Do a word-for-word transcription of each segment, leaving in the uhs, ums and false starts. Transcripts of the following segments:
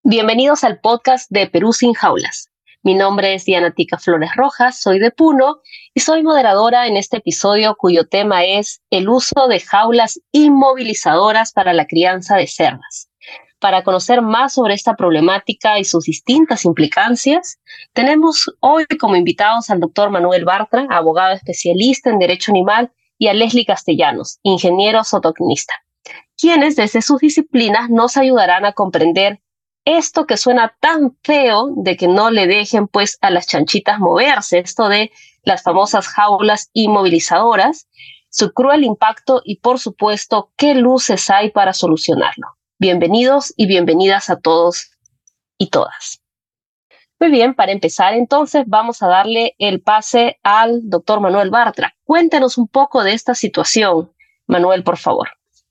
Bienvenidos al podcast de Perú sin jaulas. Mi nombre es Diana Tica Flores Rojas, soy de Puno y soy moderadora en este episodio cuyo tema es el uso de jaulas inmovilizadoras para la crianza de cerdas. Para conocer más sobre esta problemática y sus distintas implicancias, tenemos hoy como invitados al doctor Manuel Bartra, abogado especialista en Derecho Animal, y a Leslie Castellanos, ingeniero zootecnista, quienes desde sus disciplinas nos ayudarán a comprender esto que suena tan feo de que no le dejen pues a las chanchitas moverse, esto de las famosas jaulas inmovilizadoras, su cruel impacto y por supuesto qué luces hay para solucionarlo. Bienvenidos y bienvenidas a todos y todas. Muy bien, para empezar entonces vamos a darle el pase al doctor Manuel Bartra. Cuéntenos un poco de esta situación. Manuel, por favor.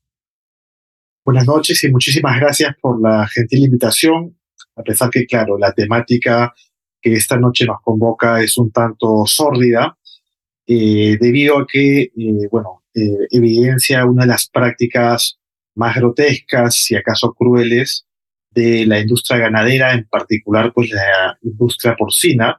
Buenas noches y muchísimas gracias por la gentil invitación, a pesar que, claro, la temática que esta noche nos convoca es un tanto sórdida, eh, debido a que, eh, bueno, eh, evidencia una de las prácticas más grotescas y acaso crueles de la industria ganadera, en particular, pues la industria porcina,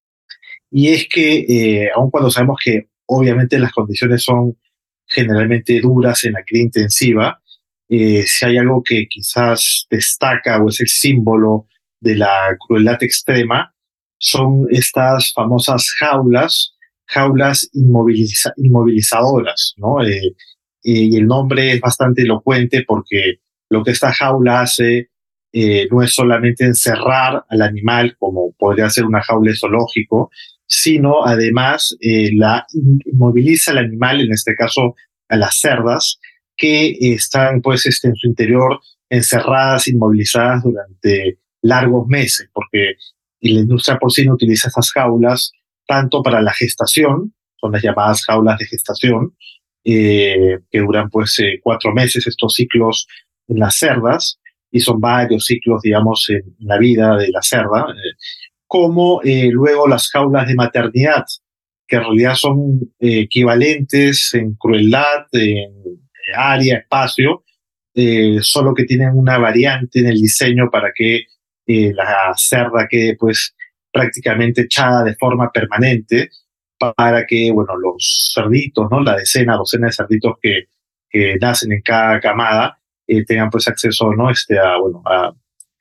y es que, eh, aun cuando sabemos que obviamente las condiciones son generalmente duras en la cría intensiva, Eh, si hay algo que quizás destaca o es el símbolo de la crueldad extrema, son estas famosas jaulas, jaulas inmoviliza, inmovilizadoras, ¿no? Eh, eh, y el nombre es bastante elocuente porque lo que esta jaula hace eh, no es solamente encerrar al animal, como podría ser una jaula de zoológico, sino además eh, la inmoviliza al animal, en este caso a las cerdas, que están pues este, en su interior encerradas, inmovilizadas durante largos meses, porque la industria porcina utiliza estas jaulas tanto para la gestación, son las llamadas jaulas de gestación, eh, que duran pues eh, cuatro meses estos ciclos en las cerdas, y son varios ciclos, digamos, en la vida de la cerda, eh, como eh, luego las jaulas de maternidad, que en realidad son eh, equivalentes en crueldad, en área, espacio, eh, solo que tienen una variante en el diseño para que eh, la cerda quede pues prácticamente echada de forma permanente, para que, bueno, los cerditos, ¿no? La decena, docena de cerditos que, que nacen en cada camada eh, tengan pues acceso, ¿no? Este, a, bueno, a,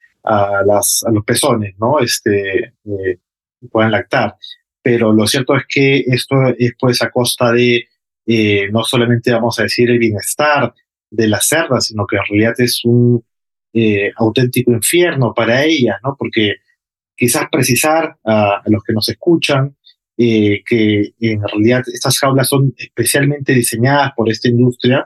a, las, a los pezones, ¿no? Este, eh, puedan lactar. Pero lo cierto es que esto es pues a costa de Eh, no solamente vamos a decir el bienestar de las cerdas, sino que en realidad es un eh, auténtico infierno para ellas, ¿no? Porque quizás precisar a, a los que nos escuchan eh, que en realidad estas jaulas son especialmente diseñadas por esta industria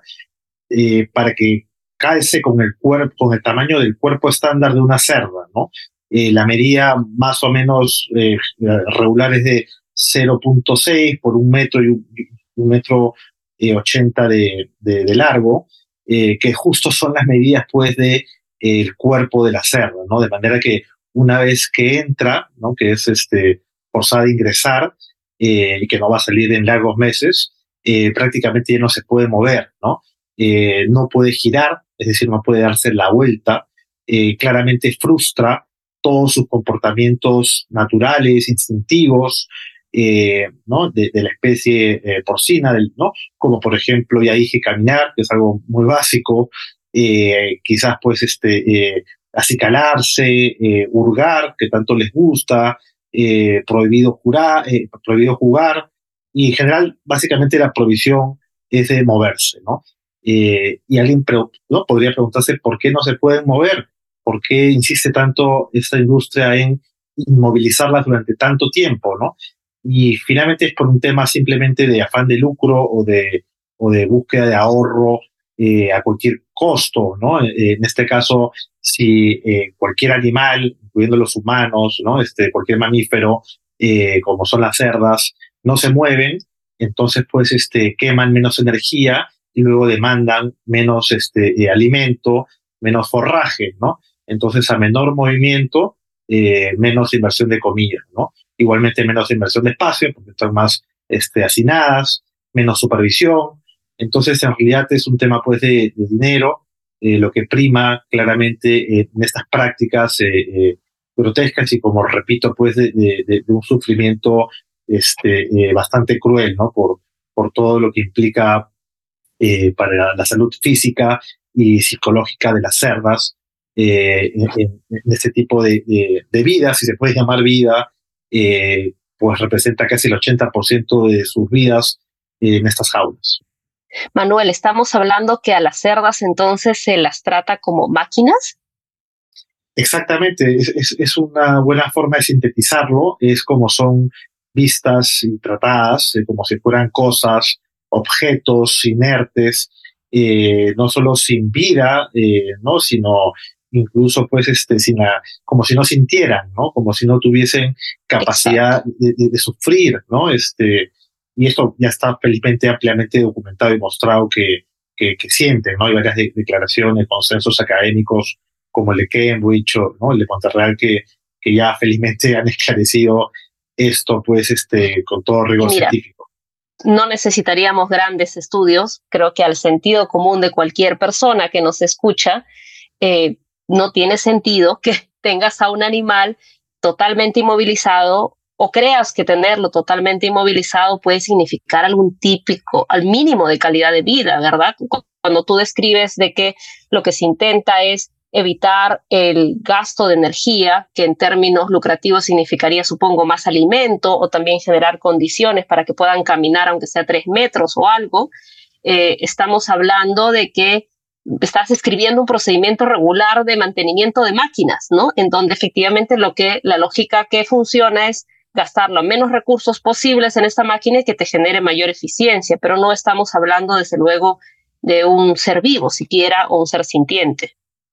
eh, para que calce con el cuerpo, con el tamaño del cuerpo estándar de una cerda, ¿no? Eh, la medida más o menos eh, regular es de cero punto seis por un metro y un, un metro eh, ochenta de, de, de largo, eh, que justo son las medidas pues de eh, el cuerpo de la cerda, ¿no? De manera que una vez que entra, ¿no? Que es este, forzada a ingresar eh, y que no va a salir en largos meses, eh, prácticamente ya no se puede mover, ¿no? Eh, no puede girar, es decir, no puede darse la vuelta, eh, claramente frustra todos sus comportamientos naturales, instintivos, Eh, ¿no? de, de la especie eh, porcina, del, ¿no? Como por ejemplo, ya dije, caminar, que es algo muy básico, eh, quizás pues este, eh, acicalarse, eh, hurgar, que tanto les gusta, eh, prohibido, jurar, eh, prohibido jugar, y en general básicamente la prohibición es de moverse, ¿no? Eh, y alguien pre- ¿no? podría preguntarse por qué no se pueden mover, por qué insiste tanto esta industria en inmovilizarlas durante tanto tiempo, ¿no? Y finalmente es por un tema simplemente de afán de lucro o de, o de búsqueda de ahorro eh, a cualquier costo, ¿no? Eh, en este caso, si eh, cualquier animal, incluyendo los humanos, ¿no? Este, cualquier mamífero, eh, como son las cerdas, no se mueven, entonces pues este, queman menos energía y luego demandan menos este, eh, alimento, menos forraje, ¿no? Entonces a menor movimiento, eh, menos inversión de comida, ¿no? Igualmente menos inversión de espacio, porque están más este, hacinadas, menos supervisión. Entonces, en realidad es un tema pues de, de dinero eh, lo que prima claramente eh, en estas prácticas eh, eh, grotescas y, como repito, pues de, de, de un sufrimiento este, eh, bastante cruel, ¿no? Por, por todo lo que implica eh, para la salud física y psicológica de las cerdas, eh, en, en este tipo de, de, de vida, si se puede llamar vida, eh, pues representa casi el ochenta por ciento de sus vidas en estas jaulas. Manuel, ¿estamos hablando que a las cerdas entonces se las trata como máquinas? Exactamente, es, es, es una buena forma de sintetizarlo, es como son vistas y tratadas, eh, como si fueran cosas, objetos inertes, eh, no solo sin vida, eh, ¿no? Sino incluso pues este, sin la, como si no sintieran, ¿no? Como si no tuviesen capacidad de, de, de, sufrir, ¿no? Este, y esto ya está felizmente ampliamente documentado y mostrado que, que, que sienten, ¿no? Hay varias de, declaraciones, consensos académicos como el de Cambridge o, ¿no? el de Monterreal, que, que ya felizmente han esclarecido esto pues este, con todo rigor Mira, científico. No necesitaríamos grandes estudios, creo que al sentido común de cualquier persona que nos escucha, eh, no tiene sentido que tengas a un animal totalmente inmovilizado o creas que tenerlo totalmente inmovilizado puede significar algún típico, al mínimo de calidad de vida, ¿verdad? Cuando tú describes de que lo que se intenta es evitar el gasto de energía, que en términos lucrativos significaría, supongo, más alimento, o también generar condiciones para que puedan caminar aunque sea tres metros o algo, eh, estamos hablando de que estás escribiendo un procedimiento regular de mantenimiento de máquinas, ¿no? En donde efectivamente lo que, la lógica que funciona es gastar los menos recursos posibles en esta máquina y que te genere mayor eficiencia, pero no estamos hablando, desde luego, de un ser vivo siquiera o un ser sintiente.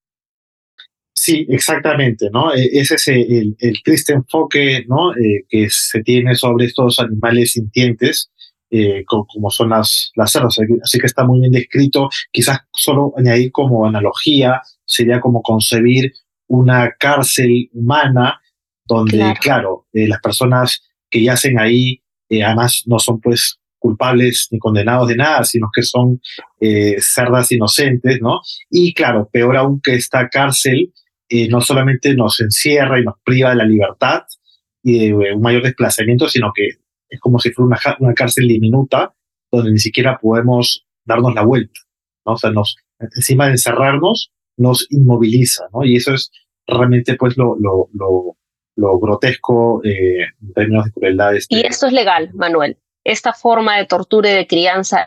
Sí, exactamente, ¿no? Ese es el, el triste enfoque, ¿no? Eh, que se tiene sobre estos animales sintientes, eh, como, como son las, las cerdas. Así que está muy bien descrito. Quizás solo añadir como analogía sería como concebir una cárcel humana donde, claro, claro eh, las personas que yacen ahí, eh, además no son pues culpables ni condenados de nada, sino que son eh, cerdas inocentes, ¿no? Y claro, peor aún que esta cárcel, Eh, no solamente nos encierra y nos priva de la libertad y de eh, un mayor desplazamiento, sino que es como si fuera una, una cárcel diminuta donde ni siquiera podemos darnos la vuelta, ¿no? O sea, nos, encima de encerrarnos, nos inmoviliza, ¿no? Y eso es realmente pues lo, lo, lo, lo grotesco eh, en términos de crueldad. Este. Y esto es legal, Manuel. Esta forma de tortura y de crianza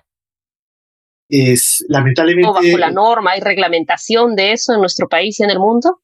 es lamentablemente bajo la norma. ¿Hay reglamentación de eso en nuestro país y en el mundo?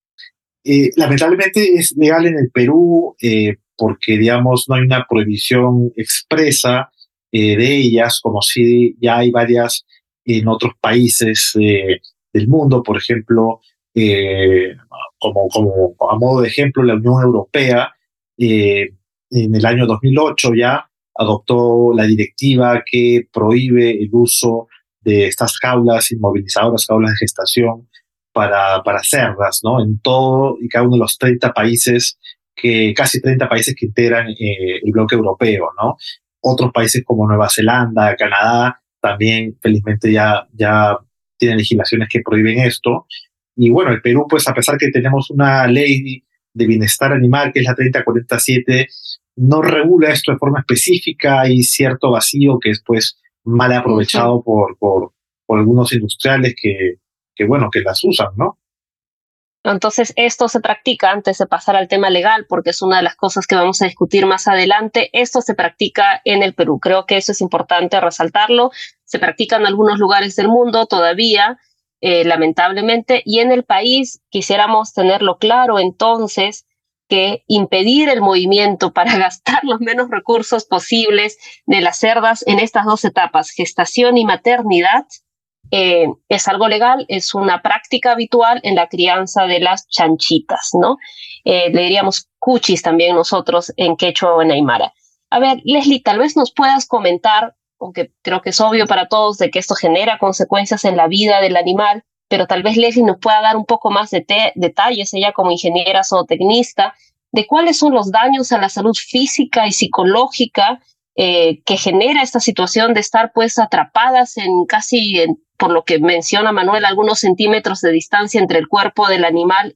Eh, lamentablemente es legal en el Perú eh, porque, digamos, no hay una prohibición expresa eh, de ellas, como si ya hay varias en otros países eh, del mundo. Por ejemplo, eh, como, como a modo de ejemplo, la Unión Europea eh, en el año dos mil ocho ya adoptó la directiva que prohíbe el uso de estas jaulas inmovilizadoras, jaulas de gestación, para, para cerdas, ¿no? En todo y cada uno de los treinta países, que casi treinta países que integran eh, el bloque europeo, ¿no? Otros países como Nueva Zelanda, Canadá, también felizmente ya, ya tienen legislaciones que prohíben esto. Y bueno, el Perú, pues a pesar que tenemos una ley de bienestar animal, que es la treinta cuarenta y siete, no regula esto de forma específica. Hay cierto vacío que es pues mal aprovechado uh-huh. por, por, por algunos industriales que que bueno, que las usan, ¿no? Entonces, esto se practica, antes de pasar al tema legal, porque es una de las cosas que vamos a discutir más adelante, esto se practica en el Perú. Creo que eso es importante resaltarlo. Se practica en algunos lugares del mundo todavía, eh, lamentablemente, y en el país quisiéramos tenerlo claro, entonces, que impedir el movimiento para gastar los menos recursos posibles de las cerdas en estas dos etapas, gestación y maternidad, Eh, es algo legal, es una práctica habitual en la crianza de las chanchitas, ¿no? Eh, le diríamos cuchis también nosotros en quechua o en aymara. A ver, Leslie, tal vez nos puedas comentar, aunque creo que es obvio para todos de que esto genera consecuencias en la vida del animal, pero tal vez Leslie nos pueda dar un poco más de te- detalles, ella como ingeniera zootecnista, de cuáles son los daños a la salud física y psicológica Eh, que genera esta situación de estar pues atrapadas en casi en por lo que menciona Manuel, algunos centímetros de distancia entre el cuerpo del animal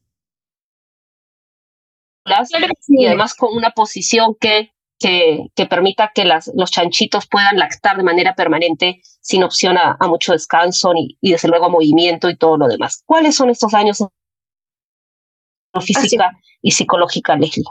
Claro que sí. y además con una posición que, que, que permita que las, los chanchitos puedan lactar de manera permanente sin opción a, a mucho descanso ni, y desde luego a movimiento y todo lo demás. ¿Cuáles son estos daños física Así. y psicológica, Leslie?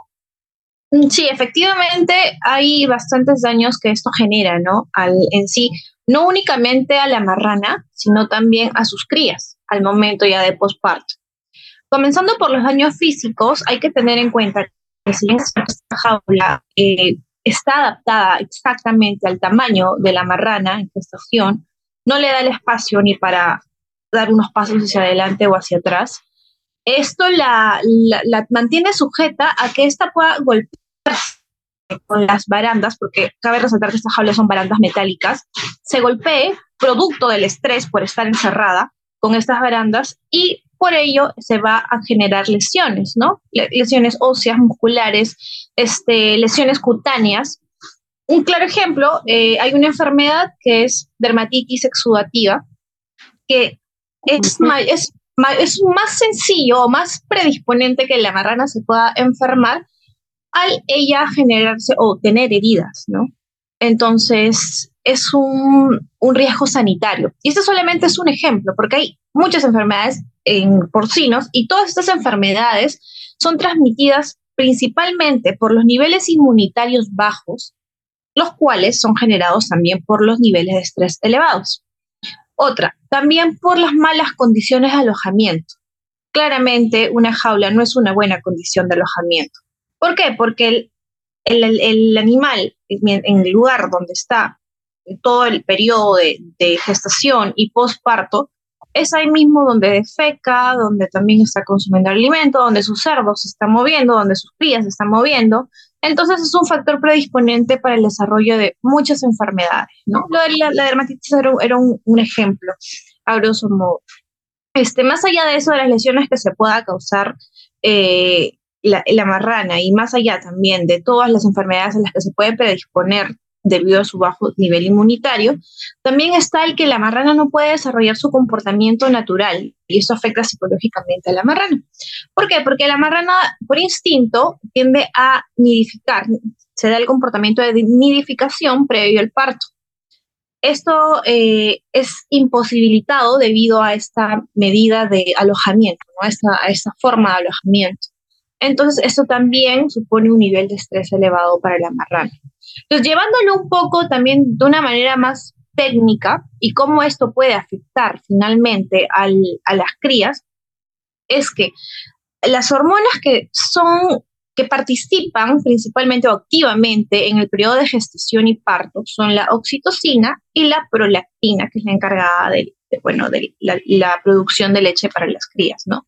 Sí, efectivamente hay bastantes daños que esto genera, ¿no? Al, en sí, no únicamente a la marrana, sino también a sus crías al momento ya de posparto. Comenzando por los daños físicos, hay que tener en cuenta que si bien esta jaula eh, está adaptada exactamente al tamaño de la marrana en gestación, no le da el espacio ni para dar unos pasos hacia adelante o hacia atrás. Esto la, la, la mantiene sujeta a que ésta pueda golpear con las barandas, porque cabe resaltar que estas jaulas son barandas metálicas, se golpee producto del estrés por estar encerrada con estas barandas y por ello se va a generar lesiones, ¿no? Lesiones óseas, musculares, este, lesiones cutáneas. Un claro ejemplo, eh, hay una enfermedad que es dermatitis exudativa, que es, uh-huh. ma- es, ma- es más sencillo o más predisponente que la marrana se pueda enfermar al ella generarse o tener heridas, ¿no? Entonces, es un, un riesgo sanitario. Y este solamente es un ejemplo, porque hay muchas enfermedades en porcinos y todas estas enfermedades son transmitidas principalmente por los niveles inmunitarios bajos, los cuales son generados también por los niveles de estrés elevados. Otra, también por las malas condiciones de alojamiento. Claramente, una jaula no es una buena condición de alojamiento. ¿Por qué? Porque el, el, el animal, en el lugar donde está todo el periodo de, de gestación y posparto, es ahí mismo donde defeca, donde también está consumiendo alimento, donde sus cerdos se están moviendo, donde sus crías se están moviendo. Entonces es un factor predisponente para el desarrollo de muchas enfermedades, ¿no? Lo de la, la dermatitis era, era un, un ejemplo, a grosso modo. Este, más allá de eso, de las lesiones que se pueda causar eh, la, la marrana y más allá también de todas las enfermedades a las que se puede predisponer debido a su bajo nivel inmunitario, también está el que la marrana no puede desarrollar su comportamiento natural y eso afecta psicológicamente a la marrana. ¿Por qué? Porque la marrana, por instinto, tiende a nidificar, se da el comportamiento de nidificación previo al parto. Esto eh, es imposibilitado debido a esta medida de alojamiento, ¿no? a, esta, a esta forma de alojamiento. Entonces, esto también supone un nivel de estrés elevado para la marrana. Entonces, llevándolo un poco también de una manera más técnica y cómo esto puede afectar finalmente al, a las crías, es que las hormonas que son, que participan principalmente o activamente en el periodo de gestación y parto son la oxitocina y la prolactina, que es la encargada de, de, bueno, de la, la producción de leche para las crías, ¿no?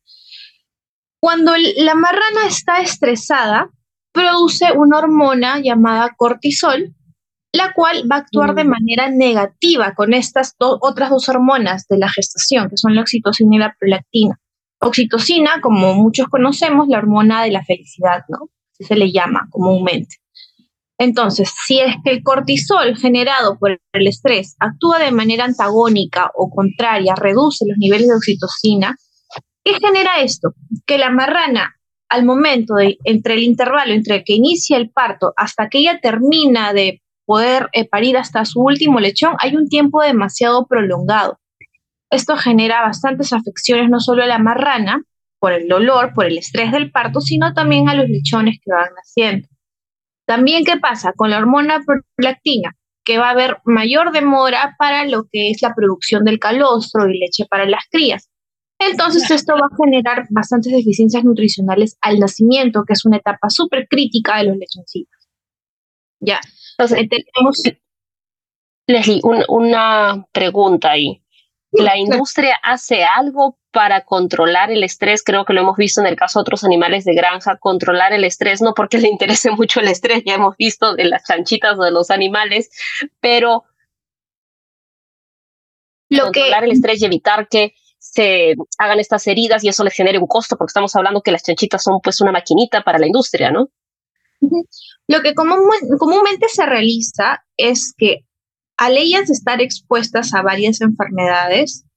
Cuando la marrana está estresada, produce una hormona llamada cortisol, la cual va a actuar mm. de manera negativa con estas do- otras dos hormonas de la gestación, que son la oxitocina y la prolactina. Oxitocina, como muchos conocemos, la hormona de la felicidad, ¿no? Así se le llama comúnmente. Entonces, si es que el cortisol generado por el estrés actúa de manera antagónica o contraria, reduce los niveles de oxitocina, ¿qué genera esto? Que la marrana, al momento de, entre el intervalo entre que inicia el parto hasta que ella termina de poder eh, parir hasta su último lechón, hay un tiempo demasiado prolongado. Esto genera bastantes afecciones no solo a la marrana, por el dolor, por el estrés del parto, sino también a los lechones que van naciendo. También, ¿qué pasa? Con la hormona prolactina, que va a haber mayor demora para lo que es la producción del calostro y leche para las crías. Entonces esto va a generar bastantes deficiencias nutricionales al nacimiento, que es una etapa súper crítica de los lechoncitos. Ya, entonces tenemos... Leslie, un, una pregunta ahí. ¿La industria hace algo para controlar el estrés? Creo que lo hemos visto en el caso de otros animales de granja, controlar el estrés, no porque le interese mucho el estrés, ya hemos visto de las chanchitas o de los animales, pero lo controlar que... el estrés y evitar que se hagan estas heridas y eso les genere un costo, porque estamos hablando que las chanchitas son pues una maquinita para la industria, ¿no? Lo que común, comúnmente se realiza es que al ellas estar expuestas a varias enfermedades,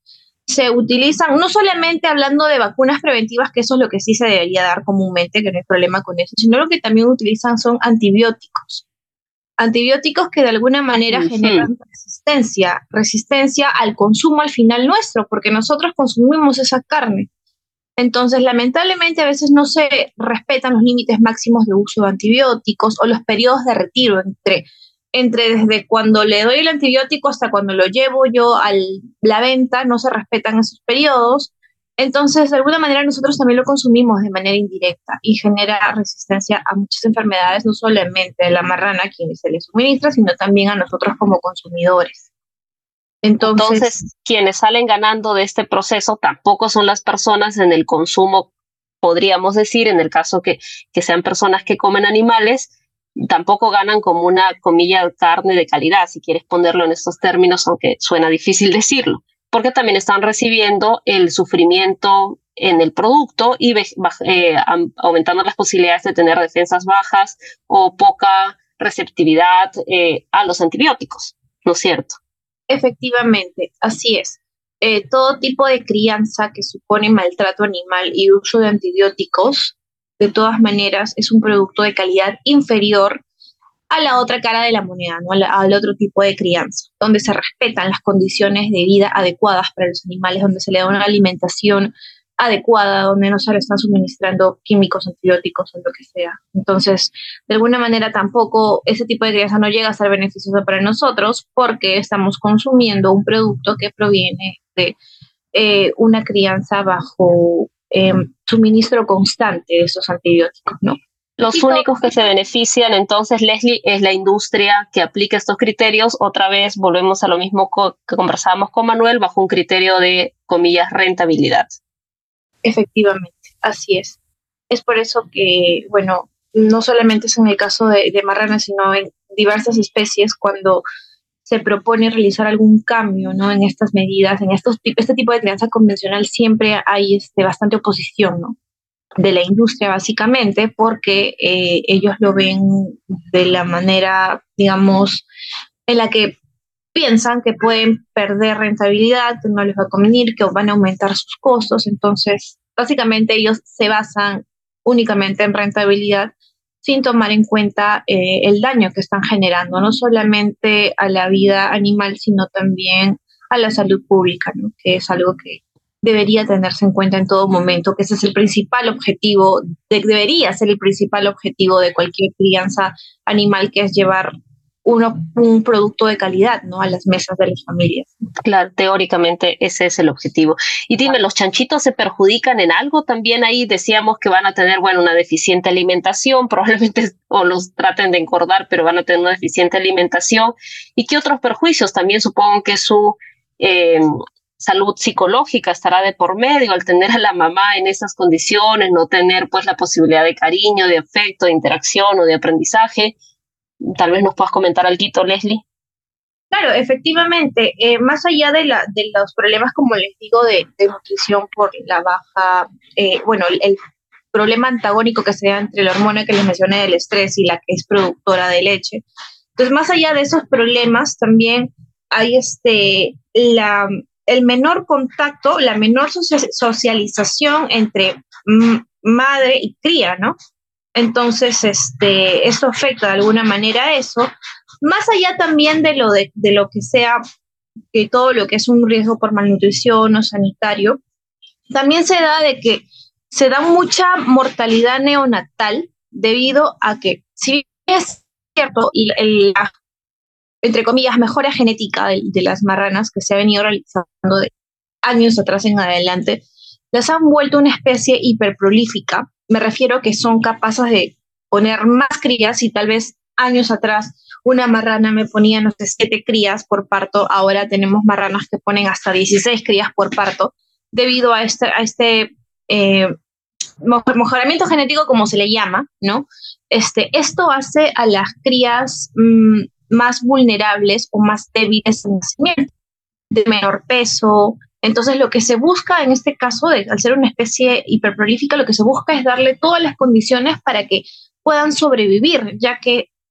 se utilizan, no solamente hablando de vacunas preventivas, que eso es lo que sí se debería dar comúnmente, que no hay problema con eso, sino lo que también utilizan son antibióticos. Antibióticos que de alguna manera uh-huh. generan resistencia, resistencia al consumo al final nuestro, porque nosotros consumimos esa carne. Entonces, lamentablemente, a veces no se respetan los límites máximos de uso de antibióticos o los periodos de retiro entre, entre desde cuando le doy el antibiótico hasta cuando lo llevo yo a la venta, no se respetan esos periodos. Entonces, de alguna manera, nosotros también lo consumimos de manera indirecta y genera resistencia a muchas enfermedades, no solamente a la marrana a quienes se le suministra, sino también a nosotros como consumidores. Entonces, Entonces, quienes salen ganando de este proceso tampoco son las personas en el consumo, podríamos decir, en el caso que, que sean personas que comen animales, tampoco ganan como una, comilla, carne de calidad, si quieres ponerlo en estos términos, aunque suena difícil decirlo, porque también están recibiendo el sufrimiento en el producto y eh, aumentando las posibilidades de tener defensas bajas o poca receptividad eh, a los antibióticos, ¿no es cierto? Efectivamente, así es. Eh, todo tipo de crianza que supone maltrato animal y uso de antibióticos, de todas maneras, es un producto de calidad inferior a la otra cara de la moneda, ¿no? Al, al otro tipo de crianza, donde se respetan las condiciones de vida adecuadas para los animales, donde se le da una alimentación adecuada, donde no se le están suministrando químicos, antibióticos o lo que sea. Entonces, de alguna manera tampoco ese tipo de crianza no llega a ser beneficioso para nosotros porque estamos consumiendo un producto que proviene de eh, una crianza bajo eh, suministro constante de esos antibióticos, ¿no? Los únicos que se benefician, entonces, Leslie, es la industria que aplica estos criterios. Otra vez volvemos a lo mismo que conversábamos con Manuel, bajo un criterio de, comillas, rentabilidad. Efectivamente, así es. Es por eso que, bueno, no solamente es en el caso de, de marranas, sino en diversas especies, cuando se propone realizar algún cambio, ¿no? En estas medidas, en estos, este tipo de crianza convencional, siempre hay este, bastante oposición, ¿no? De la industria, básicamente, porque eh, ellos lo ven de la manera, digamos, en la que piensan que pueden perder rentabilidad, que no les va a convenir, que van a aumentar sus costos. Entonces, básicamente ellos se basan únicamente en rentabilidad sin tomar en cuenta eh, el daño que están generando, no solamente a la vida animal, sino también a la salud pública, ¿no? Que es algo que debería tenerse en cuenta en todo momento, que ese es el principal objetivo, de, debería ser el principal objetivo de cualquier crianza animal, que es llevar uno, un producto de calidad, ¿no? A las mesas de las familias. Claro, teóricamente ese es el objetivo. Y dime, ¿los chanchitos se perjudican en algo? También ahí decíamos que van a tener, bueno, una deficiente alimentación, probablemente o los traten de engordar, pero van a tener una deficiente alimentación. ¿Y qué otros perjuicios? También supongo que su eh, salud psicológica estará de por medio al tener a la mamá en esas condiciones, no tener pues la posibilidad de cariño, de afecto, de interacción o de aprendizaje. Tal vez nos puedas comentar algo, Leslie. Claro, efectivamente, eh, más allá de, la, de los problemas, como les digo, de, de nutrición por la baja, eh, bueno, el, el problema antagónico que se da entre la hormona que les mencioné del estrés y la que es productora de leche. Entonces, más allá de esos problemas, también hay este, la, el menor contacto, la menor socia- socialización entre m- madre y cría, ¿no? Entonces, este, eso afecta de alguna manera a eso. Más allá también de lo, de, de lo que sea, que todo lo que es un riesgo por malnutrición o sanitario, también se da de que se da mucha mortalidad neonatal debido a que, si es cierto, la, entre comillas, mejora genética de, de las marranas que se ha venido realizando de años atrás en adelante, las han vuelto una especie hiperprolífica. Me refiero a que son capaces de poner más crías y tal vez años atrás una marrana me ponía, no sé, siete crías por parto. Ahora tenemos marranas que ponen hasta dieciséis crías por parto debido a este, a este eh, mejoramiento genético, como se le llama, ¿no? Este, esto hace a las crías mmm, más vulnerables o más débiles en nacimiento, de menor peso. Entonces, lo que se busca en este caso, de, al ser una especie hiperprolífica, lo que se busca es darle todas las condiciones para que puedan sobrevivir, ya que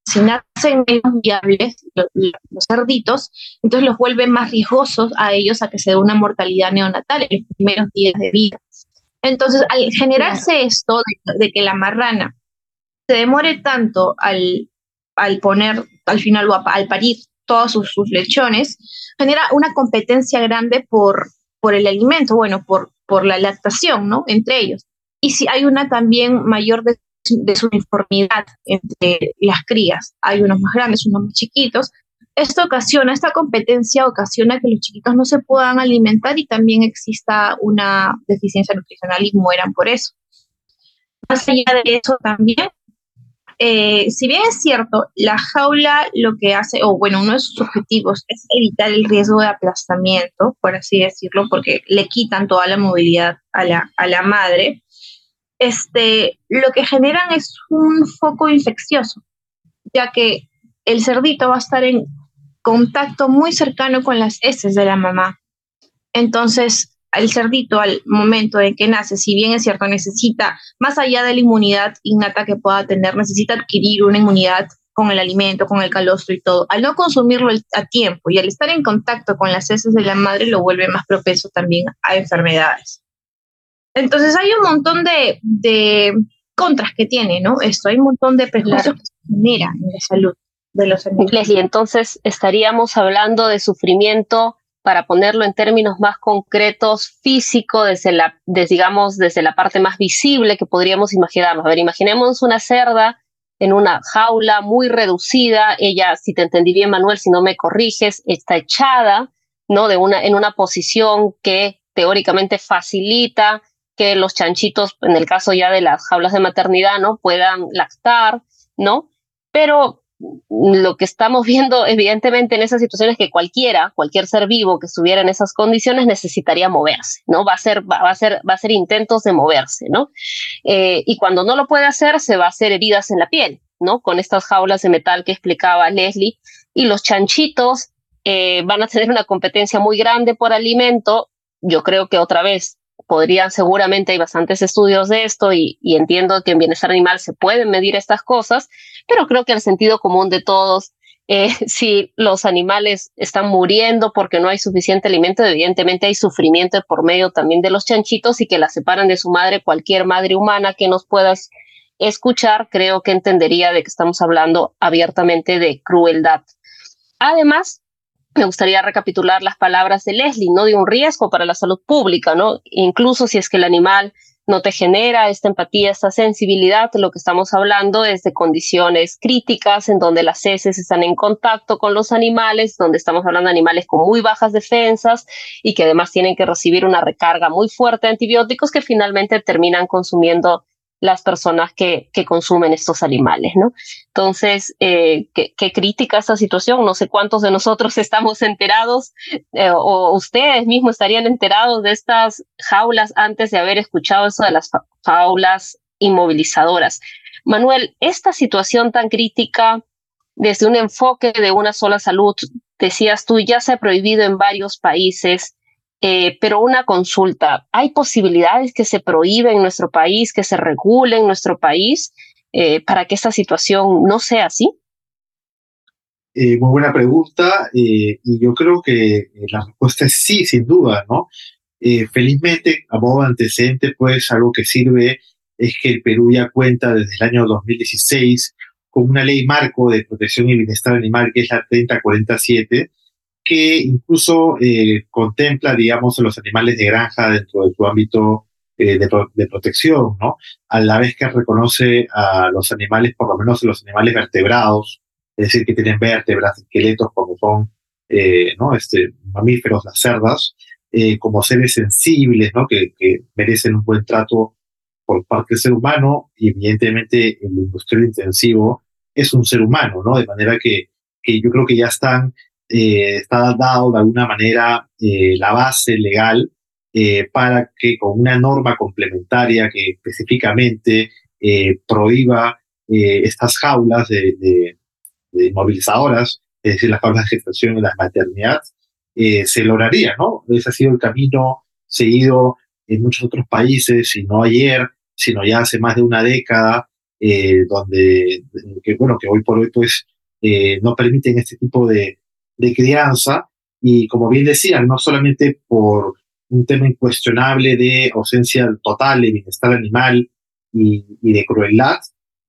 si nacen menos viables, los, los cerditos, entonces los vuelve más riesgosos a ellos a que se dé una mortalidad neonatal en los primeros días de vida. Entonces, al generarse claro. esto de, de que la marrana se demore tanto al, al poner, al final, o a, al parir todos sus, sus lechones, genera una competencia grande por, por el alimento, bueno, por, por la lactación, ¿no? Entre ellos. Y si hay una también mayor de desuniformidad entre las crías, hay unos más grandes, unos más chiquitos, esto ocasiona, esta competencia ocasiona que los chiquitos no se puedan alimentar y también exista una deficiencia nutricional y mueran por eso. Más allá de eso también, eh, si bien es cierto, la jaula lo que hace, o bueno, uno de sus objetivos es evitar el riesgo de aplastamiento, por así decirlo, porque le quitan toda la movilidad a la, a la madre. Este, lo que generan es un foco infeccioso, ya que el cerdito va a estar en contacto muy cercano con las heces de la mamá. Entonces, el cerdito al momento en que nace, si bien es cierto, necesita, más allá de la inmunidad innata que pueda tener, necesita adquirir una inmunidad con el alimento, con el calostro y todo. Al no consumirlo a tiempo y al estar en contacto con las heces de la madre, lo vuelve más propenso también a enfermedades. Entonces hay un montón de, de contras que tiene, ¿no? Esto, hay un montón de prejuicios claro. que se genera en la salud de los animales. Leslie, entonces estaríamos hablando de sufrimiento, para ponerlo en términos más concretos, físico, desde la, desde, digamos, desde la parte más visible que podríamos imaginarnos. A ver, imaginemos una cerda en una jaula muy reducida, ella, si te entendí bien, Manuel, si no me corriges, está echada, ¿no? De una, en una posición que teóricamente facilita que los chanchitos, en el caso ya de las jaulas de maternidad, ¿no? Puedan lactar, ¿no? Pero lo que estamos viendo evidentemente en esas situaciones es que cualquiera, cualquier ser vivo que estuviera en esas condiciones necesitaría moverse, ¿no? Va a ser, va, va a ser, va a ser intentos de moverse, ¿no? Eh, y cuando no lo puede hacer, se va a hacer heridas en la piel, ¿no? Con estas jaulas de metal que explicaba Leslie, y los chanchitos eh, van a tener una competencia muy grande por alimento. Yo creo que otra vez podrían, seguramente hay bastantes estudios de esto y, y entiendo que en bienestar animal se pueden medir estas cosas, pero creo que el sentido común de todos, eh, si los animales están muriendo porque no hay suficiente alimento, evidentemente hay sufrimiento por medio también de los chanchitos y que la separan de su madre. Cualquier madre humana que nos puedas escuchar, creo que entendería de que estamos hablando abiertamente de crueldad. Además, me gustaría recapitular las palabras de Leslie, ¿no? De un riesgo para la salud pública, ¿no? Incluso si es que el animal no te genera esta empatía, esta sensibilidad, lo que estamos hablando es de condiciones críticas en donde las heces están en contacto con los animales, donde estamos hablando de animales con muy bajas defensas y que además tienen que recibir una recarga muy fuerte de antibióticos que finalmente terminan consumiendo las personas que, que consumen estos animales, ¿no? Entonces, eh, ¿qué, qué crítica esta situación? No sé cuántos de nosotros estamos enterados eh, o ustedes mismos estarían enterados de estas jaulas antes de haber escuchado eso de las jaulas inmovilizadoras. Manuel, esta situación tan crítica desde un enfoque de una sola salud, decías tú, ya se ha prohibido en varios países. Eh, pero una consulta, ¿hay posibilidades que se prohíbe en nuestro país, que se regule en nuestro país eh, para que esta situación no sea así? Eh, muy buena pregunta eh, y yo creo que eh, la respuesta es sí, sin duda, ¿no? Eh, felizmente, a modo de antecedente, pues algo que sirve es que el Perú ya cuenta desde el año dos mil dieciséis con una ley marco de protección y bienestar animal que es la treinta cuarenta y siete, que incluso eh, contempla, digamos, a los animales de granja dentro de su ámbito eh, de, pro de protección, ¿no? A la vez que reconoce a los animales, por lo menos a los animales vertebrados, es decir, que tienen vértebras, esqueletos, como son, eh, ¿no? Este, mamíferos, las cerdas, eh, como seres sensibles, ¿no? Que, que merecen un buen trato por parte del ser humano, y evidentemente el industrial intensivo es un ser humano, ¿no? De manera que, que yo creo que ya están Eh, está dado de alguna manera eh, la base legal eh, para que con una norma complementaria que específicamente eh, prohíba eh, estas jaulas de, de, de inmovilizadoras, es decir, las jaulas de gestación y la maternidad, eh, se lograría, ¿no? Ese ha sido el camino seguido en muchos otros países, y no ayer, sino ya hace más de una década, eh, donde, que, bueno, que hoy por hoy pues eh, no permiten este tipo de, de crianza. Y como bien decían, no solamente por un tema incuestionable de ausencia total de bienestar animal y, y de crueldad,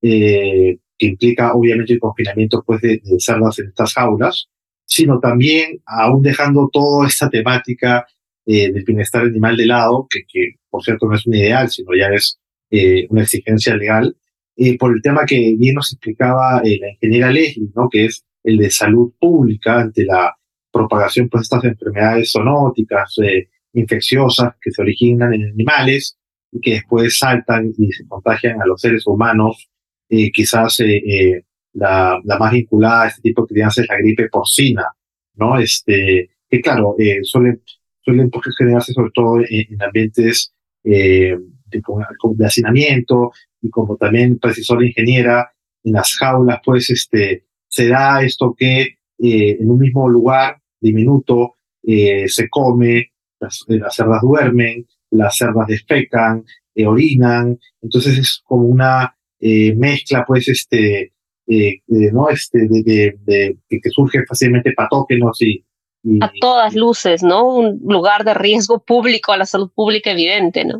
eh, que implica obviamente el confinamiento pues, de, de cerdas en estas jaulas, sino también aún dejando toda esta temática eh, del bienestar animal de lado, que, que por cierto no es un ideal, sino ya es eh, una exigencia legal, eh, por el tema que bien nos explicaba eh, la ingeniera Leslie, ¿no? Que es el de salud pública ante la propagación pues, de estas enfermedades zoonóticas, eh, infecciosas que se originan en animales y que después saltan y se contagian a los seres humanos. Eh, quizás eh, eh, la, la más vinculada a este tipo de crianza es la gripe porcina, ¿no? Este, que claro, eh, suelen, suelen pues, generarse sobre todo en, en ambientes eh, de, de hacinamiento, y como también precisó la ingeniera, en las jaulas pues este, se da esto que eh, en un mismo lugar diminuto eh, se come, las, las cerdas duermen, las cerdas defecan, eh, orinan, entonces es como una eh, mezcla pues este eh, eh, no este de, de, de, de que surgen fácilmente patógenos y, y a todas luces, ¿no? Un lugar de riesgo público a la salud pública evidente, ¿no?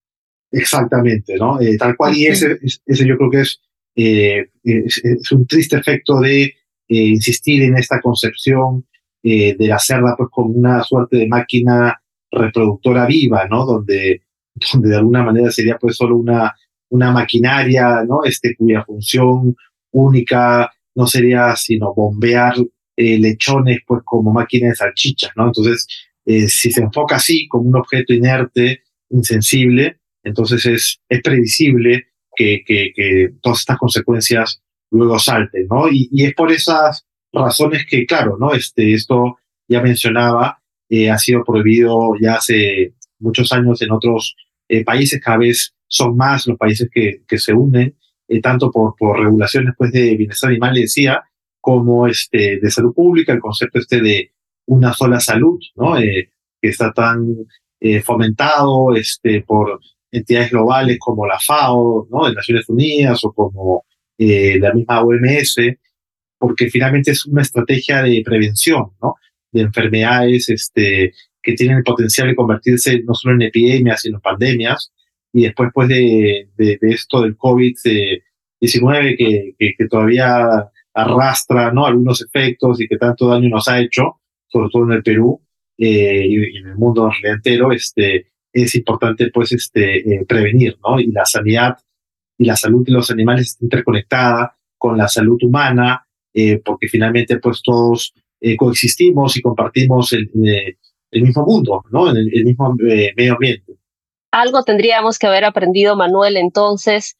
Exactamente, ¿no? Eh, tal cual, y ese, ese yo creo que es, eh, es, es un triste efecto de eh, insistir en esta concepción eh, de la cerda pues como una suerte de máquina reproductora viva, ¿no? Donde, donde de alguna manera sería pues solo una, una maquinaria, ¿no? Este, cuya función única no sería sino bombear eh, lechones pues como máquina de salchichas, ¿no? Entonces, eh, si se enfoca así como un objeto inerte, insensible, entonces es, es previsible que, que, que todas estas consecuencias luego salten, ¿no? Y, y es por esas razones que, claro, ¿no? Este, esto ya mencionaba, eh, ha sido prohibido ya hace muchos años en otros eh, países, cada vez son más los países que, que se unen, eh, tanto por, por regulaciones pues, de bienestar animal, decía, como este, de salud pública, el concepto este de una sola salud, ¿no? Eh, que está tan eh, fomentado este, por entidades globales como la FAO, ¿no? De Naciones Unidas, o como eh, la misma O M S, porque finalmente es una estrategia de prevención, ¿no? De enfermedades este, que tienen el potencial de convertirse no solo en epidemias, sino en pandemias, y después pues, de, de, de esto del COVID diecinueve que, que, que todavía arrastra, ¿no? Algunos efectos y que tanto daño nos ha hecho, sobre todo en el Perú eh, y en el mundo entero, este, es importante pues este, eh, prevenir, ¿no? Y la sanidad y la salud de los animales está interconectada con la salud humana, eh, porque finalmente pues todos eh, coexistimos y compartimos el, eh, el mismo mundo, ¿no? El, el mismo eh, medio ambiente. Algo tendríamos que haber aprendido, Manuel, entonces,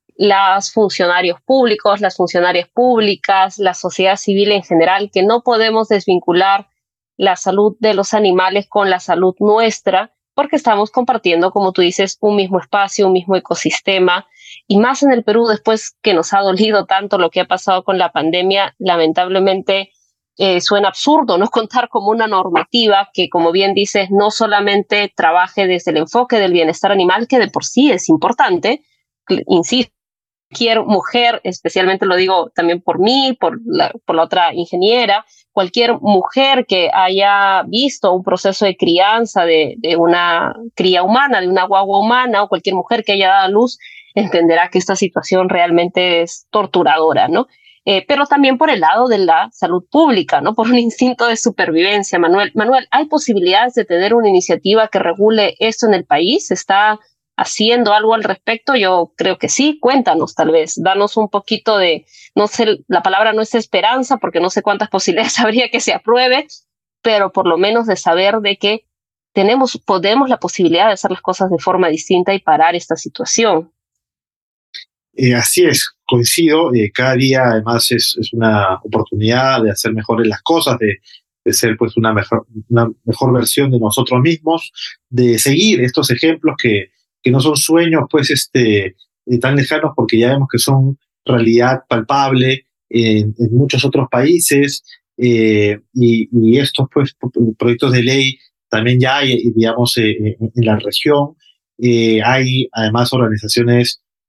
los funcionarios públicos, las funcionarias públicas, la sociedad civil en general, que no podemos desvincular la salud de los animales con la salud nuestra, porque estamos compartiendo, como tú dices, un mismo espacio, un mismo ecosistema, y más en el Perú, después que nos ha dolido tanto lo que ha pasado con la pandemia, lamentablemente eh, suena absurdo no contar como una normativa que, como bien dices, no solamente trabaje desde el enfoque del bienestar animal, que de por sí es importante, insisto, cualquier mujer, especialmente lo digo también por mí, por la, por la otra ingeniera, cualquier mujer que haya visto un proceso de crianza de, de una cría humana, de una guagua humana, o cualquier mujer que haya dado a luz, entenderá que esta situación realmente es torturadora, ¿no? Eh, pero también por el lado de la salud pública, ¿no? Por un instinto de supervivencia, Manuel. Manuel, ¿hay posibilidades de tener una iniciativa que regule esto en el país? ¿Está haciendo algo al respecto? Yo creo que sí. Cuéntanos, tal vez, danos un poquito de, no sé, la palabra no es esperanza, porque no sé cuántas posibilidades habría que se apruebe, pero por lo menos de saber de que tenemos, podemos la posibilidad de hacer las cosas de forma distinta y parar esta situación. Eh, así es, coincido, eh, cada día además es, es una oportunidad de hacer mejores las cosas, de, de ser pues una mejor, una mejor versión de nosotros mismos, de seguir estos ejemplos que, que no son sueños pues este, eh, tan lejanos, porque ya vemos que son realidad palpable en, en muchos otros países, eh, y, y estos pues proyectos de ley también ya hay, digamos, eh, en, en la región. Eh, hay además organizaciones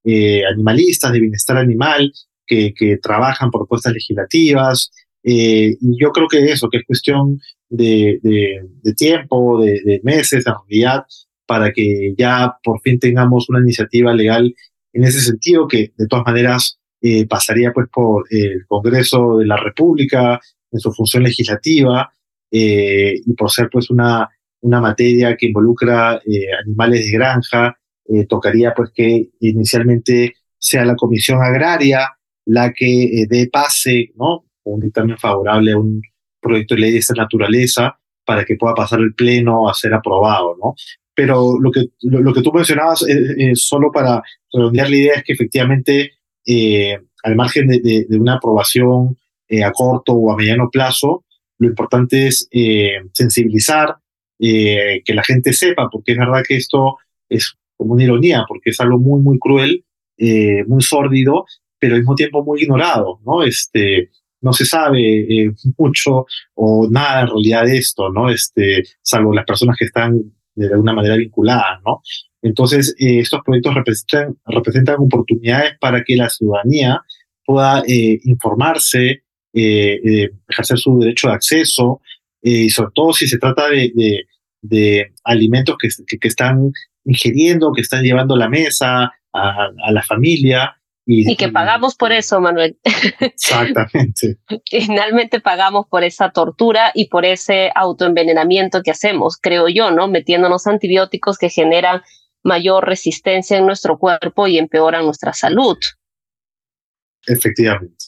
eh, animalistas de bienestar animal que, que trabajan por propuestas legislativas. Eh, y yo creo que eso, que es cuestión de, de, de tiempo, de, de meses, en realidad, para que ya por fin tengamos una iniciativa legal en ese sentido, que de todas maneras eh, pasaría pues por el Congreso de la República en su función legislativa, eh, y por ser pues una, una materia que involucra eh, animales de granja, eh, tocaría pues que inicialmente sea la Comisión Agraria la que eh, dé pase, ¿no?, un dictamen favorable a un proyecto de ley de esta naturaleza para que pueda pasar el pleno a ser aprobado, ¿no? Pero lo que, lo, lo que tú mencionabas, eh, eh, solo para redondear la idea, es que efectivamente, eh, al margen de, de, de una aprobación eh, a corto o a mediano plazo, lo importante es eh, sensibilizar, eh, que la gente sepa, porque es verdad que esto es como una ironía, porque es algo muy, muy cruel, eh, muy sórdido, pero al mismo tiempo muy ignorado, ¿no? Este, no se sabe eh, mucho o nada en realidad de esto, ¿no? Este, salvo las personas que están de alguna manera vinculadas, ¿no? Entonces, eh, estos proyectos representan, representan oportunidades para que la ciudadanía pueda eh, informarse, eh, eh, ejercer su derecho de acceso, eh, y sobre todo si se trata de, de, de alimentos que, que, que están ingiriendo, que están llevando a la mesa, a, a la familia. Y, y que pagamos por eso, Manuel. Exactamente. Finalmente pagamos por esa tortura y por ese autoenvenenamiento que hacemos, creo yo, ¿no? Metiéndonos antibióticos que generan mayor resistencia en nuestro cuerpo y empeoran nuestra salud. Efectivamente.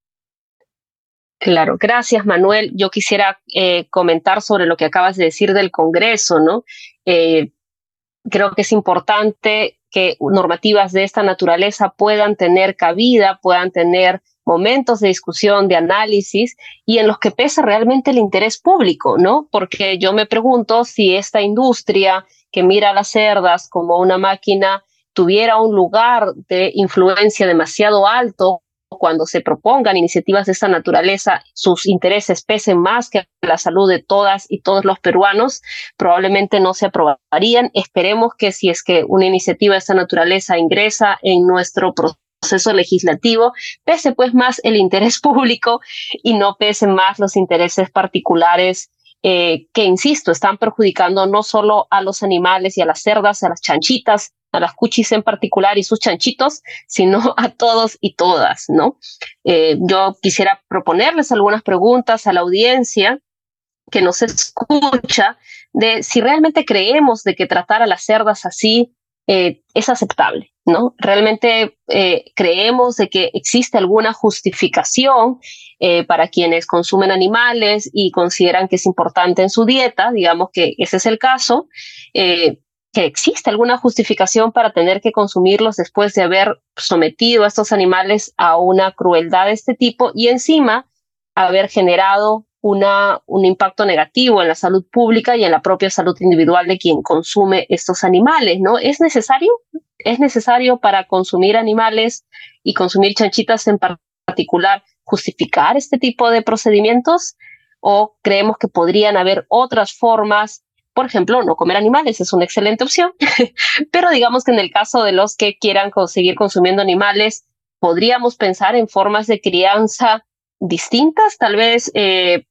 Claro, gracias, Manuel. Yo quisiera eh, comentar sobre lo que acabas de decir del Congreso, ¿no? Eh, creo que es importante que normativas de esta naturaleza puedan tener cabida, puedan tener momentos de discusión, de análisis, y en los que pesa realmente el interés público, ¿no? Porque yo me pregunto si esta industria que mira a las cerdas como una máquina tuviera un lugar de influencia demasiado alto cuando se propongan iniciativas de esta naturaleza, sus intereses pesen más que la salud de todas y todos los peruanos, probablemente no se aprobarían. Esperemos que si es que una iniciativa de esta naturaleza ingresa en nuestro proceso legislativo, pese pues más el interés público y no pesen más los intereses particulares eh, que, insisto, están perjudicando no solo a los animales y a las cerdas, a las chanchitas, a las cuchis en particular y sus chanchitos, sino a todos y todas, ¿no? Eh, yo quisiera proponerles algunas preguntas a la audiencia que nos escucha de si realmente creemos de que tratar a las cerdas así eh, es aceptable, ¿no? Realmente eh, creemos de que existe alguna justificación eh, para quienes consumen animales y consideran que es importante en su dieta, digamos que ese es el caso, eh, que existe alguna justificación para tener que consumirlos después de haber sometido a estos animales a una crueldad de este tipo y encima haber generado una, un impacto negativo en la salud pública y en la propia salud individual de quien consume estos animales, ¿no? ¿Es necesario? ¿Es necesario para consumir animales y consumir chanchitas en particular justificar este tipo de procedimientos? ¿O creemos que podrían haber otras formas? Por ejemplo, no comer animales es una excelente opción, pero digamos que en el caso de los que quieran seguir consumiendo animales, podríamos pensar en formas de crianza distintas. Tal vez eh,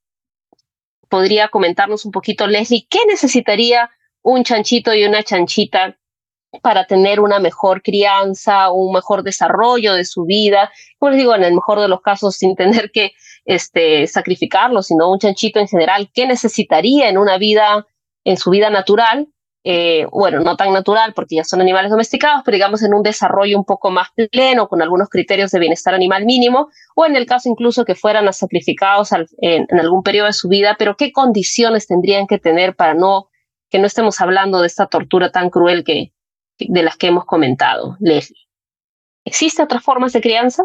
podría comentarnos un poquito, Leslie, ¿qué necesitaría un chanchito y una chanchita para tener una mejor crianza, un mejor desarrollo de su vida? Como les digo, en el mejor de los casos, sin tener que este, sacrificarlo, sino un chanchito en general, ¿qué necesitaría en una vida, en su vida natural? Eh, bueno, no tan natural porque ya son animales domesticados, pero digamos en un desarrollo un poco más pleno, con algunos criterios de bienestar animal mínimo, o en el caso incluso que fueran sacrificados al, en, en algún periodo de su vida, pero ¿qué condiciones tendrían que tener para no, que no estemos hablando de esta tortura tan cruel que, de las que hemos comentado, Leslie? ¿Existen otras formas de crianza?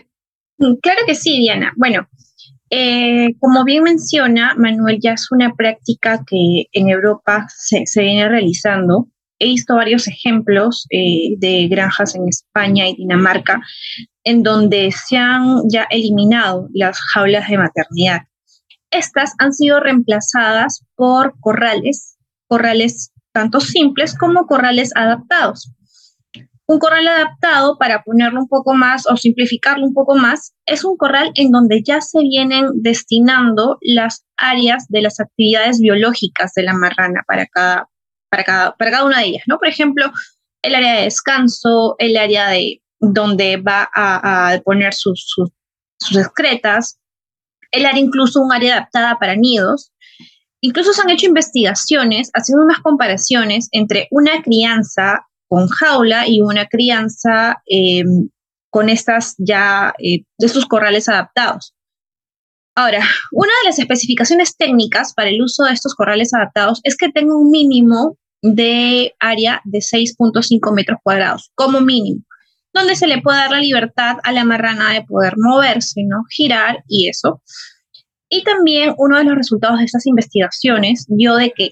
Claro que sí, Diana. Bueno, Eh, como bien menciona, Manuel, ya es una práctica que en Europa se, se viene realizando. He visto varios ejemplos eh, de granjas en España y Dinamarca en donde se han ya eliminado las jaulas de maternidad. Estas han sido reemplazadas por corrales, corrales tanto simples como corrales adaptados. Un corral adaptado, para ponerlo un poco más o simplificarlo un poco más, es un corral en donde ya se vienen destinando las áreas de las actividades biológicas de la marrana para cada, para cada, para cada una de ellas, ¿no? Por ejemplo, el área de descanso, el área de donde va a, a poner sus, sus, sus excretas, el área incluso un área adaptada para nidos. Incluso se han hecho investigaciones haciendo unas comparaciones entre una crianza con jaula y una crianza eh, con estas ya, eh, de estos corrales adaptados. Ahora, una de las especificaciones técnicas para el uso de estos corrales adaptados es que tenga un mínimo de área de seis punto cinco metros cuadrados, como mínimo, donde se le puede dar la libertad a la marrana de poder moverse, ¿no? Girar y eso. Y también uno de los resultados de estas investigaciones dio de que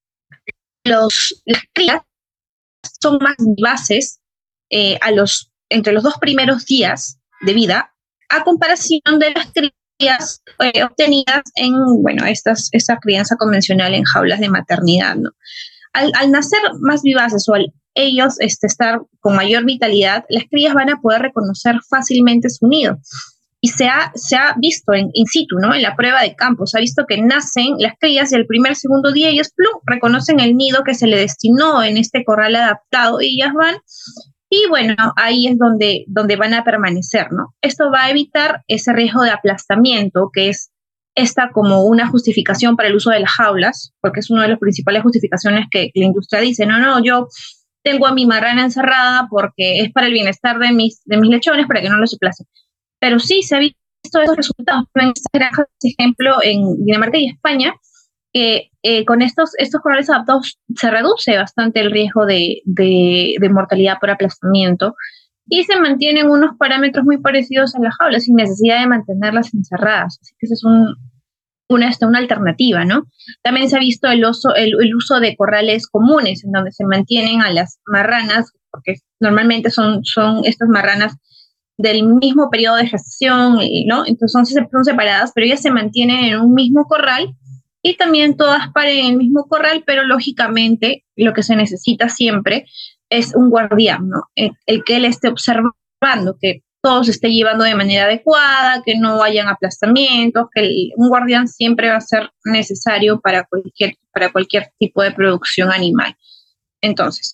los, las crías son más vivaces eh, a los, entre los dos primeros días de vida a comparación de las crías eh, obtenidas en, bueno, estas, esta crianza convencional en jaulas de maternidad, ¿no? Al, al nacer más vivaces o al ellos este, estar con mayor vitalidad, las crías van a poder reconocer fácilmente su nido. Y se ha, se ha visto en in situ, ¿no? En la prueba de campo, se ha visto que nacen las crías y el primer, segundo día ellas plum, reconocen el nido que se le destinó en este corral adaptado y ellas van, y bueno, ahí es donde, donde van a permanecer, ¿no? Esto va a evitar ese riesgo de aplastamiento, que es esta como una justificación para el uso de las jaulas, porque es una de las principales justificaciones que la industria dice, no, no, yo tengo a mi marrana encerrada porque es para el bienestar de mis, de mis lechones, para que no los aplasten. Pero sí se ha visto esos resultados en estas granjas, por ejemplo, en Dinamarca y España, que eh, con estos, estos corrales adaptados se reduce bastante el riesgo de, de, de mortalidad por aplastamiento y se mantienen unos parámetros muy parecidos a las jaulas sin necesidad de mantenerlas encerradas. Así que esa es un, una, una alternativa, ¿no? También se ha visto el, oso, el, el uso de corrales comunes, en donde se mantienen a las marranas, porque normalmente son, son estas marranas del mismo periodo de gestación, ¿no? Entonces son, son separadas, pero ellas se mantienen en un mismo corral y también todas paren en el mismo corral, pero lógicamente lo que se necesita siempre es un guardián, ¿no? El, el que él esté observando que todo se esté llevando de manera adecuada, que no hayan aplastamientos, que el, un guardián siempre va a ser necesario para cualquier, para cualquier tipo de producción animal. Entonces,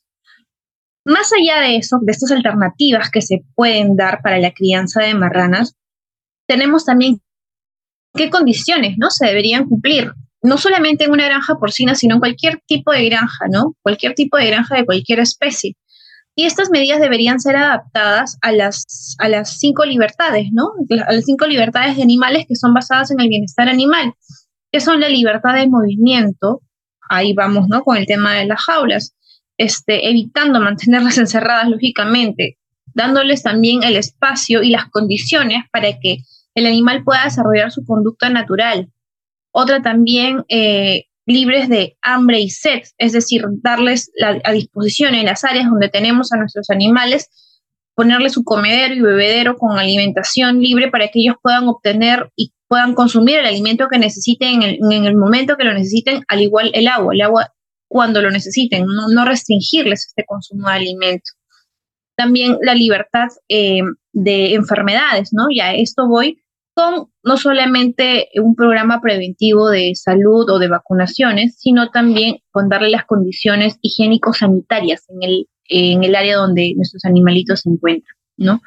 más allá de eso, de estas alternativas que se pueden dar para la crianza de marranas, tenemos también qué condiciones, ¿no? Se deberían cumplir, no solamente en una granja porcina, sino en cualquier tipo de granja, ¿no? Cualquier tipo de granja de cualquier especie. Y estas medidas deberían ser adaptadas a las, a las cinco libertades, ¿no? A las cinco libertades de animales que son basadas en el bienestar animal, que son la libertad de movimiento, ahí vamos, ¿no? Con el tema de las jaulas. Este, evitando mantenerlas encerradas, lógicamente, dándoles también el espacio y las condiciones para que el animal pueda desarrollar su conducta natural. Otra también, eh, libres de hambre y sed, es decir, darles la, a disposición en las áreas donde tenemos a nuestros animales, ponerles su comedero y bebedero con alimentación libre para que ellos puedan obtener y puedan consumir el alimento que necesiten en el, en el momento que lo necesiten, al igual el agua, el agua cuando lo necesiten, no, no restringirles este consumo de alimento. También la libertad eh, de enfermedades, ¿no? Y a esto voy con no solamente un programa preventivo de salud o de vacunaciones, sino también con darle las condiciones higiénico-sanitarias en el, en el área donde nuestros animalitos se encuentran, ¿no?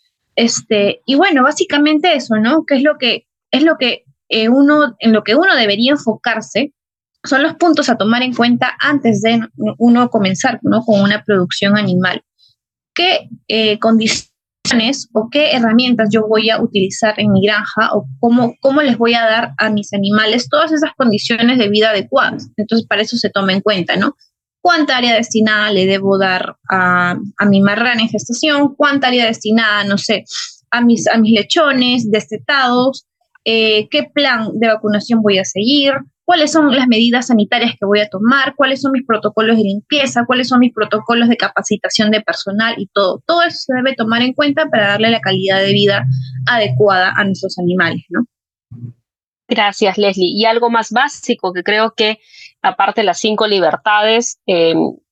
Este, y bueno, básicamente eso, ¿no? Que es lo que, es lo que eh, uno, en lo que uno debería enfocarse, son los puntos a tomar en cuenta antes de uno comenzar, ¿no? Con una producción animal. ¿Qué eh, condiciones o qué herramientas yo voy a utilizar en mi granja o cómo, cómo les voy a dar a mis animales todas esas condiciones de vida adecuadas? Entonces, para eso se toma en cuenta, ¿no? ¿Cuánta área destinada le debo dar a, a mi marrana en gestación? ¿Cuánta área destinada, no sé, a mis, a mis lechones destetados? Eh, ¿Qué plan de vacunación voy a seguir? ¿Cuáles son las medidas sanitarias que voy a tomar? ¿Cuáles son mis protocolos de limpieza? ¿Cuáles son mis protocolos de capacitación de personal? Y todo. Todo eso se debe tomar en cuenta para darle la calidad de vida adecuada a nuestros animales, ¿no? Gracias, Leslie. Y algo más básico que creo que, aparte de las cinco libertades, eh,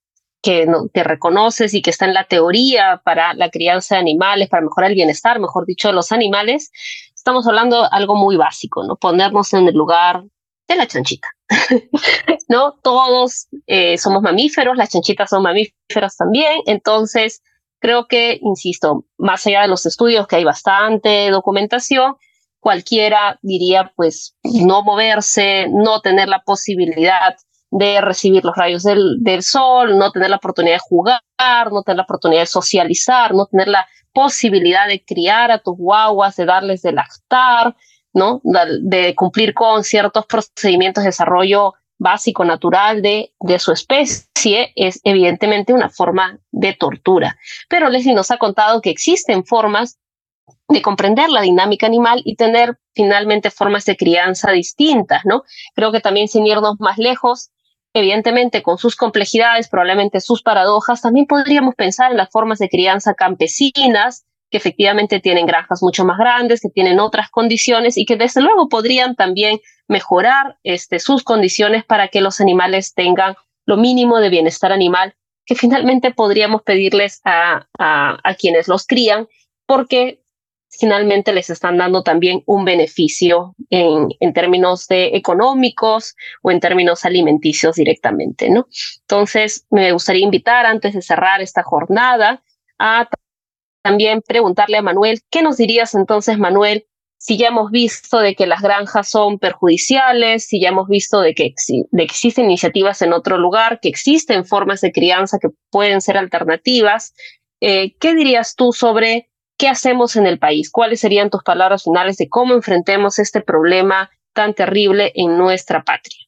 que, no, que reconoces y que está en la teoría para la crianza de animales, para mejorar el bienestar, mejor dicho, de los animales, estamos hablando de algo muy básico, ¿no? Ponernos en el lugar de la chanchita. ¿No? Todos eh, somos mamíferos, las chanchitas son mamíferos también, entonces creo que, insisto, más allá de los estudios, que hay bastante documentación, cualquiera diría, pues, no moverse, no tener la posibilidad de recibir los rayos del, del sol, no tener la oportunidad de jugar, no tener la oportunidad de socializar, no tener la posibilidad de criar a tus guaguas, de darles de lactar, ¿no? De, de cumplir con ciertos procedimientos de desarrollo básico, natural de, de su especie, es evidentemente una forma de tortura. Pero Leslie nos ha contado que existen formas de comprender la dinámica animal y tener finalmente formas de crianza distintas, ¿no? Creo que también, sin irnos más lejos, evidentemente con sus complejidades, probablemente sus paradojas, también podríamos pensar en las formas de crianza campesinas, que efectivamente tienen granjas mucho más grandes, que tienen otras condiciones y que desde luego podrían también mejorar este, sus condiciones para que los animales tengan lo mínimo de bienestar animal que finalmente podríamos pedirles a, a, a quienes los crían, porque finalmente les están dando también un beneficio en, en términos de económicos o en términos alimenticios directamente, ¿no? Entonces, me gustaría invitar, antes de cerrar esta jornada, a también preguntarle a Manuel, ¿qué nos dirías entonces, Manuel, si ya hemos visto de que las granjas son perjudiciales, si ya hemos visto de que, exi- de que existen iniciativas en otro lugar, que existen formas de crianza que pueden ser alternativas, eh, ¿qué dirías tú sobre qué hacemos en el país? ¿Cuáles serían tus palabras finales de cómo enfrentemos este problema tan terrible en nuestra patria?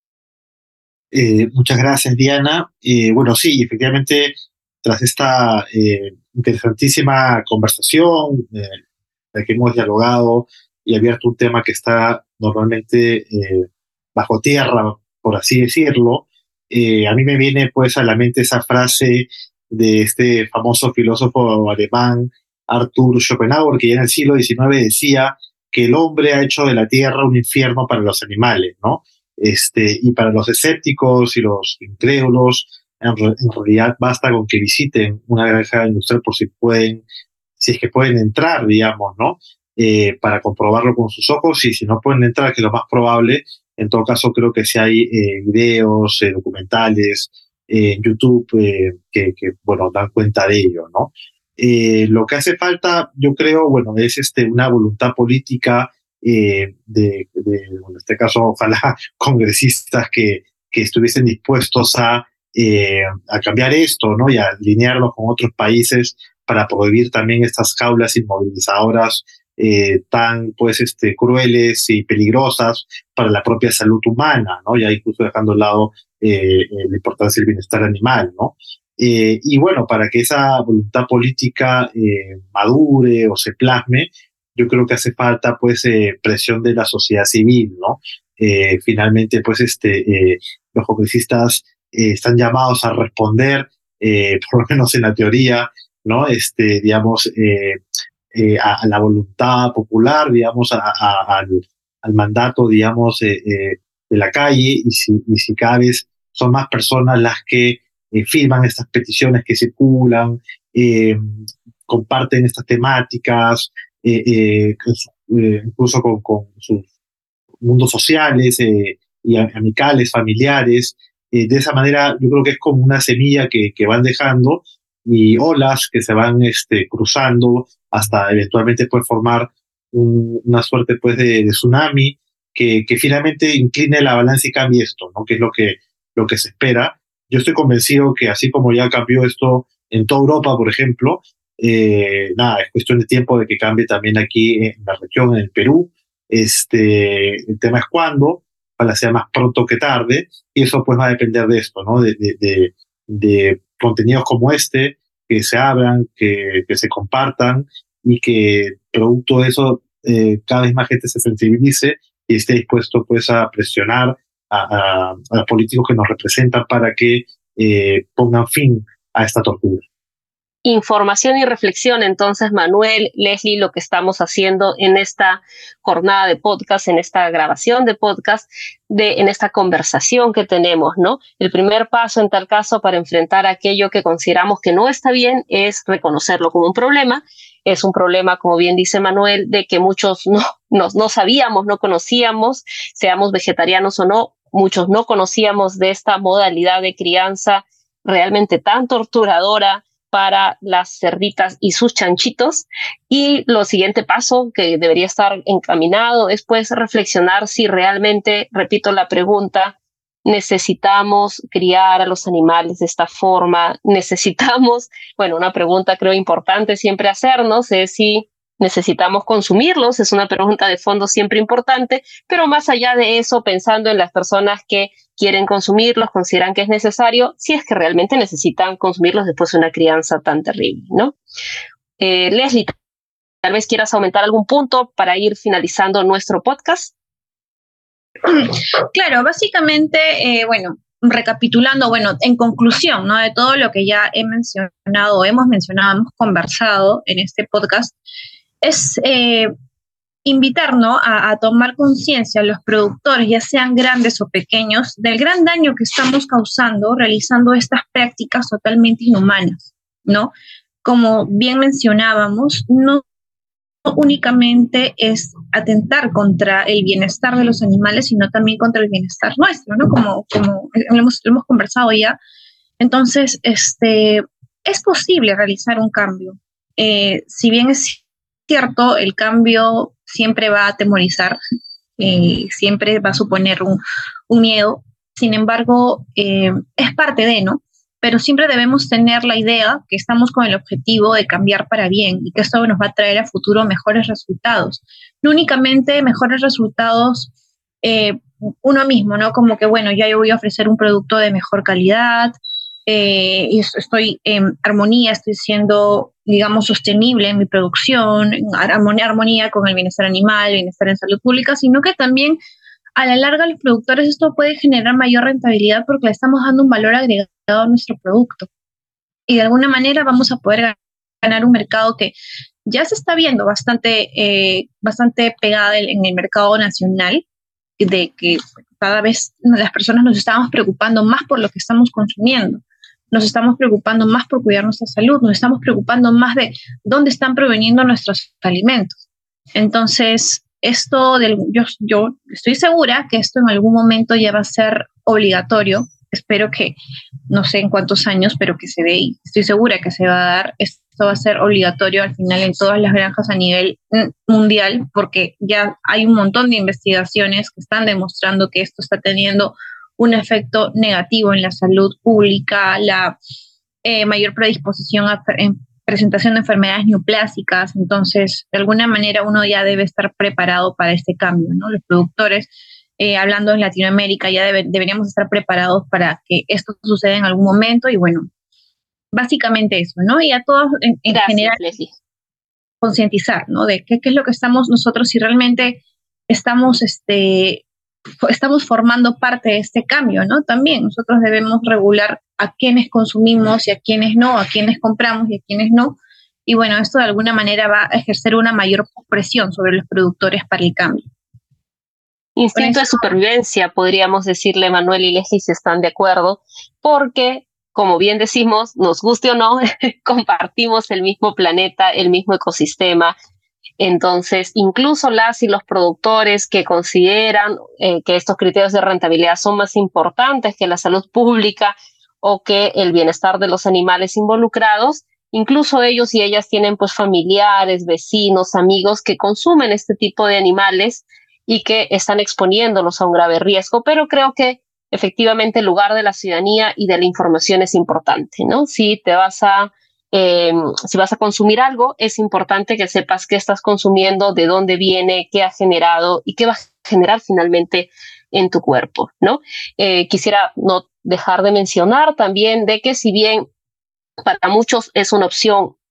Eh, muchas gracias, Diana. Eh, bueno, sí, efectivamente, tras esta eh, interesantísima conversación, eh, la que hemos dialogado y abierto un tema que está normalmente eh, bajo tierra, por así decirlo, eh, a mí me viene pues a la mente esa frase de este famoso filósofo alemán, Arthur Schopenhauer, que ya en el siglo diecinueve decía que el hombre ha hecho de la tierra un infierno para los animales, ¿no? Este, y para los escépticos y los incrédulos, en, re- en realidad basta con que visiten una granja industrial por si pueden, si es que pueden entrar, digamos, ¿no? Eh, para comprobarlo con sus ojos, y si no pueden entrar, que es lo más probable, en todo caso creo que si hay eh, videos, eh, documentales eh, en YouTube eh, que, que, bueno, dan cuenta de ello, ¿no? Eh, lo que hace falta, yo creo, bueno, es este, una voluntad política eh, de, de, en este caso, ojalá congresistas que, que estuviesen dispuestos a, eh, a cambiar esto, ¿no? Y a alinearlo con otros países para prohibir también estas jaulas inmovilizadoras eh, tan, pues, este, crueles y peligrosas para la propia salud humana, ¿no? Ya incluso dejando a un lado eh, la importancia del bienestar animal, ¿no? Eh, y bueno, para que esa voluntad política eh, madure o se plasme, yo creo que hace falta pues eh, presión de la sociedad civil, ¿no? Eh, finalmente, pues este, eh, los congresistas eh, están llamados a responder, eh, por lo menos en la teoría, ¿no? Este, digamos, eh, eh, a, a la voluntad popular, digamos, a, a, al, al mandato, digamos, eh, eh, de la calle, y si, y si cada vez son más personas las que eh, firman estas peticiones que circulan, eh, comparten estas temáticas, eh, eh, eh, incluso con, con sus mundos sociales eh, y amicales, familiares. Eh, de esa manera, yo creo que es como una semilla que, que van dejando, y olas que se van este, cruzando hasta eventualmente pues, formar un, una suerte pues, de, de tsunami que, que finalmente incline la balanza y cambie esto, ¿no? Que es lo que, lo que se espera. Yo estoy convencido que así como ya cambió esto en toda Europa, por ejemplo, eh, nada, es cuestión de tiempo de que cambie también aquí en la región, en el Perú. Este, el tema es cuándo, ojalá sea más pronto que tarde, y eso pues va a depender de esto, ¿no? De, de, de, de contenidos como este, que se abran, que, que se compartan, y que producto de eso eh, cada vez más gente se sensibilice y esté dispuesto pues a presionar a, a, a los políticos que nos representan para que eh, pongan fin a esta tortura. información y reflexión. Entonces, Manuel, Leslie, lo que estamos haciendo en esta jornada de podcast, en esta grabación de podcast, de, en esta conversación que tenemos, ¿no? El primer paso en tal caso para enfrentar aquello que consideramos que no está bien es reconocerlo como un problema. Es un problema, como bien dice Manuel, de que muchos no, no, no sabíamos, no conocíamos, seamos vegetarianos o no, muchos no conocíamos de esta modalidad de crianza realmente tan torturadora para las cerditas y sus chanchitos. Y lo siguiente paso que debería estar encaminado es pues reflexionar si realmente, repito la pregunta, necesitamos criar a los animales de esta forma, necesitamos, bueno, una pregunta creo importante siempre hacernos es si necesitamos consumirlos, es una pregunta de fondo siempre importante, pero más allá de eso, pensando en las personas que quieren consumirlos, consideran que es necesario, si es que realmente necesitan consumirlos después de una crianza tan terrible, ¿no? Eh, Leslie, tal vez quieras aumentar algún punto para ir finalizando nuestro podcast. Claro, básicamente, eh, bueno, recapitulando, bueno, en conclusión, ¿no? De todo lo que ya he mencionado, hemos mencionado, hemos conversado en este podcast, es eh, invitar, ¿no? a, a tomar conciencia a los productores, ya sean grandes o pequeños, del gran daño que estamos causando realizando estas prácticas totalmente inhumanas, ¿no? Como bien mencionábamos, no únicamente es atentar contra el bienestar de los animales, sino también contra el bienestar nuestro, ¿no? Como, como hemos, hemos conversado ya. Entonces, este, es posible realizar un cambio. Eh, si bien es cierto, el cambio siempre va a atemorizar, eh, siempre va a suponer un, un miedo, sin embargo, eh, es parte de, ¿no? Pero siempre debemos tener la idea que estamos con el objetivo de cambiar para bien y que esto nos va a traer a futuro mejores resultados. No únicamente mejores resultados eh, uno mismo, ¿no? Como que, bueno, ya yo voy a ofrecer un producto de mejor calidad, eh, y estoy en armonía, estoy siendo, digamos, sostenible en mi producción, en armonía, armonía con el bienestar animal, bienestar en salud pública, sino que también a la larga los productores esto puede generar mayor rentabilidad porque le estamos dando un valor agregado a nuestro producto. Y de alguna manera vamos a poder ganar un mercado que ya se está viendo bastante, eh, bastante pegada en el mercado nacional, de que cada vez las personas nos estamos preocupando más por lo que estamos consumiendo, nos estamos preocupando más por cuidar nuestra salud, nos estamos preocupando más de dónde están proveniendo nuestros alimentos. Entonces, esto, del, yo, yo estoy segura que esto en algún momento ya va a ser obligatorio. Espero que, no sé en cuántos años, pero que se dé, y estoy segura que se va a dar. Esto va a ser obligatorio al final en todas las granjas a nivel mundial, porque ya hay un montón de investigaciones que están demostrando que esto está teniendo un efecto negativo en la salud pública, la eh, mayor predisposición a en presentación de enfermedades neoplásicas. Entonces, de alguna manera uno ya debe estar preparado para este cambio, ¿no? Los productores, eh, hablando en Latinoamérica, ya debe, deberíamos estar preparados para que esto suceda en algún momento y bueno, básicamente eso, ¿no? Y a todos en, en Gracias, general Leslie. Concientizar, ¿no? De qué, qué es lo que estamos nosotros, si realmente estamos, este, estamos formando parte de este cambio, ¿no? También nosotros debemos regular a quienes consumimos y a quienes no, a quienes compramos y a quienes no. Y bueno, esto de alguna manera va a ejercer una mayor presión sobre los productores para el cambio. Instinto de supervivencia, podríamos decirle, Manuel y Leslie, si están de acuerdo, porque, como bien decimos, nos guste o no, compartimos el mismo planeta, el mismo ecosistema. Entonces, incluso las y los productores que consideran eh, que estos criterios de rentabilidad son más importantes que la salud pública o que el bienestar de los animales involucrados, incluso ellos y ellas tienen pues familiares, vecinos, amigos que consumen este tipo de animales y que están exponiéndolos a un grave riesgo, pero creo que efectivamente el lugar de la ciudadanía y de la información es importante, ¿no? Si te vas a Eh, si vas a consumir algo, es importante que sepas qué estás consumiendo, de dónde viene, qué ha generado y qué va a generar finalmente en tu cuerpo, ¿no? Eh, quisiera no dejar de mencionar también de que si bien para muchos es una opción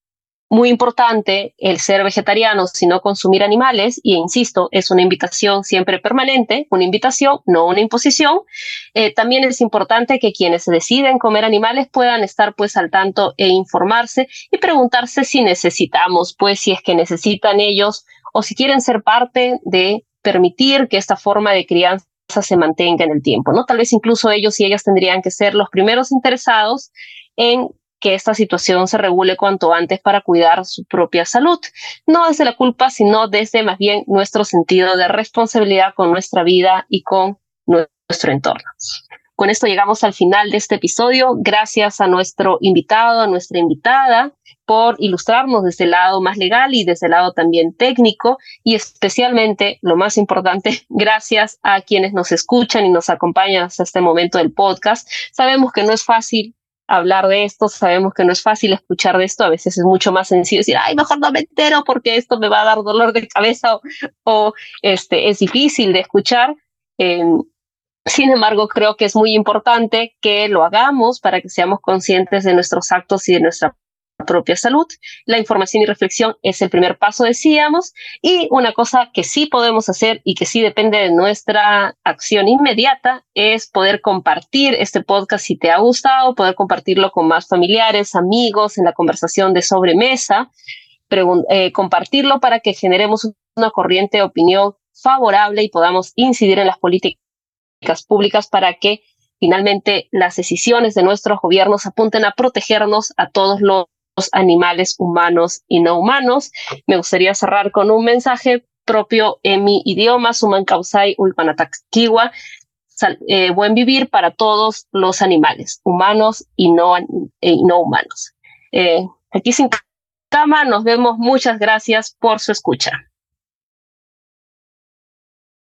muy importante el ser vegetarianos y no consumir animales, y insisto, es una invitación siempre permanente, una invitación, no una imposición. Eh, también es importante que quienes deciden comer animales puedan estar pues al tanto e informarse y preguntarse si necesitamos, pues si es que necesitan ellos o si quieren ser parte de permitir que esta forma de crianza se mantenga en el tiempo, ¿no? Tal vez incluso ellos y ellas tendrían que ser los primeros interesados en que esta situación se regule cuanto antes para cuidar su propia salud, no desde la culpa, sino desde más bien nuestro sentido de responsabilidad con nuestra vida y con nuestro entorno. Con esto llegamos al final de este episodio. Gracias a nuestro invitado, a nuestra invitada, por ilustrarnos desde el lado más legal y desde el lado también técnico, y especialmente, lo más importante, gracias a quienes nos escuchan y nos acompañan hasta este momento del podcast. Sabemos que no es fácil hablar de esto, sabemos que no es fácil escuchar de esto, a veces es mucho más sencillo decir, ay, mejor no me entero porque esto me va a dar dolor de cabeza o, o este, es difícil de escuchar. Eh, sin embargo, creo que es muy importante que lo hagamos para que seamos conscientes de nuestros actos y de nuestra propia salud. La información y reflexión es el primer paso, decíamos, y una cosa que sí podemos hacer y que sí depende de nuestra acción inmediata es poder compartir este podcast si te ha gustado, poder compartirlo con más familiares, amigos, en la conversación de sobremesa, pregun- eh, compartirlo para que generemos una corriente de opinión favorable y podamos incidir en las políticas públicas para que finalmente las decisiones de nuestros gobiernos apunten a protegernos a todos los animales humanos y no humanos. Me gustaría cerrar con un mensaje propio en mi idioma, Suman Kausai Uipanatakiwa, eh, buen vivir para todos los animales, humanos y no, y no humanos. Eh, aquí sin cama, nos vemos. Muchas gracias por su escucha.